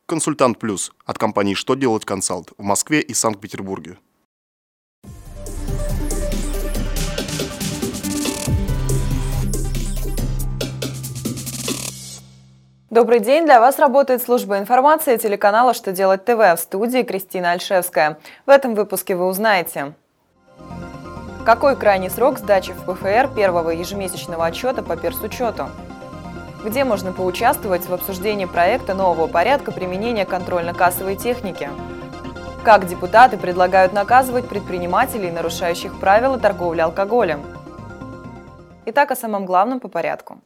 Консультант Плюс от компании «Что делать консалт» в Москве и Санкт-Петербурге. Добрый день! Для вас работает служба информации телеканала «Что делать ТВ», в студии Кристина Альшевская. В этом выпуске вы узнаете: какой крайний срок сдачи в ПФР первого ежемесячного отчета по персучету? Где можно поучаствовать в обсуждении проекта нового порядка применения контрольно-кассовой техники? Как депутаты предлагают наказывать предпринимателей, нарушающих правила торговли алкоголем? Итак, о самом главном по порядку.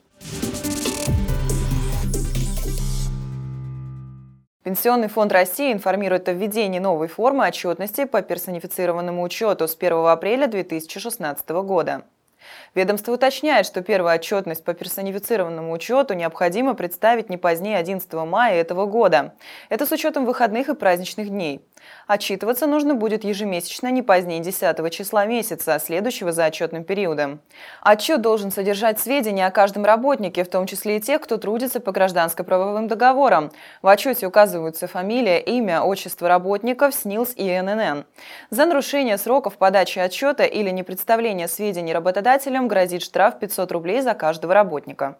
Пенсионный фонд России информирует о введении новой формы отчетности по персонифицированному учету с 1 апреля 2016 года. Ведомство уточняет, что первую отчетность по персонифицированному учету необходимо представить не позднее 11 мая этого года. Это с учетом выходных и праздничных дней. Отчитываться нужно будет ежемесячно не позднее 10 числа месяца, следующего за отчетным периодом. Отчет должен содержать сведения о каждом работнике, в том числе и тех, кто трудится по гражданско-правовым договорам. В отчете указываются фамилия, имя, отчество работников, СНИЛС и ИНН. За нарушение сроков подачи отчета или непредставление сведений работодателям грозит штраф 500 рублей за каждого работника.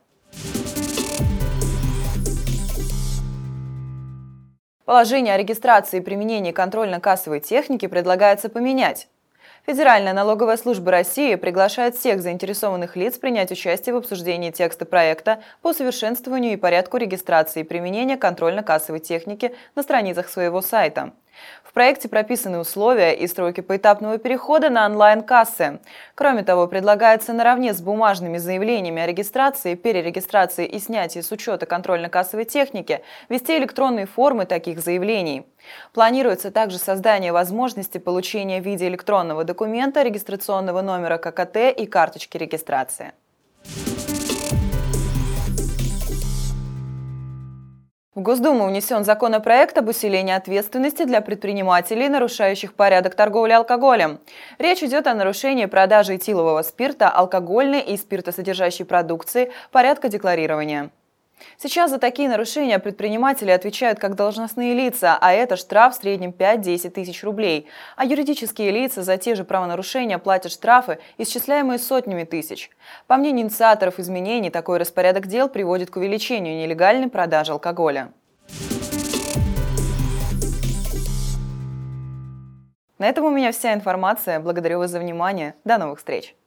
Положение о регистрации и применении контрольно-кассовой техники предлагается поменять. Федеральная налоговая служба России приглашает всех заинтересованных лиц принять участие в обсуждении текста проекта по усовершенствованию и порядку регистрации и применения контрольно-кассовой техники на страницах своего сайта. В проекте прописаны условия и сроки поэтапного перехода на онлайн-кассы. Кроме того, предлагается наравне с бумажными заявлениями о регистрации, перерегистрации и снятии с учета контрольно-кассовой техники ввести электронные формы таких заявлений. Планируется также создание возможности получения в виде электронного документа регистрационного номера ККТ и карточки регистрации. В Госдуму внесен законопроект об усилении ответственности для предпринимателей, нарушающих порядок торговли алкоголем. Речь идет о нарушении продажи этилового спирта, алкогольной и спиртосодержащей продукции, порядка декларирования. Сейчас за такие нарушения предприниматели отвечают как должностные лица, а это штраф в среднем 5-10 тысяч рублей. А юридические лица за те же правонарушения платят штрафы, исчисляемые сотнями тысяч. По мнению инициаторов изменений, такой распорядок дел приводит к увеличению нелегальной продажи алкоголя. На этом у меня вся информация. Благодарю вас за внимание. До новых встреч!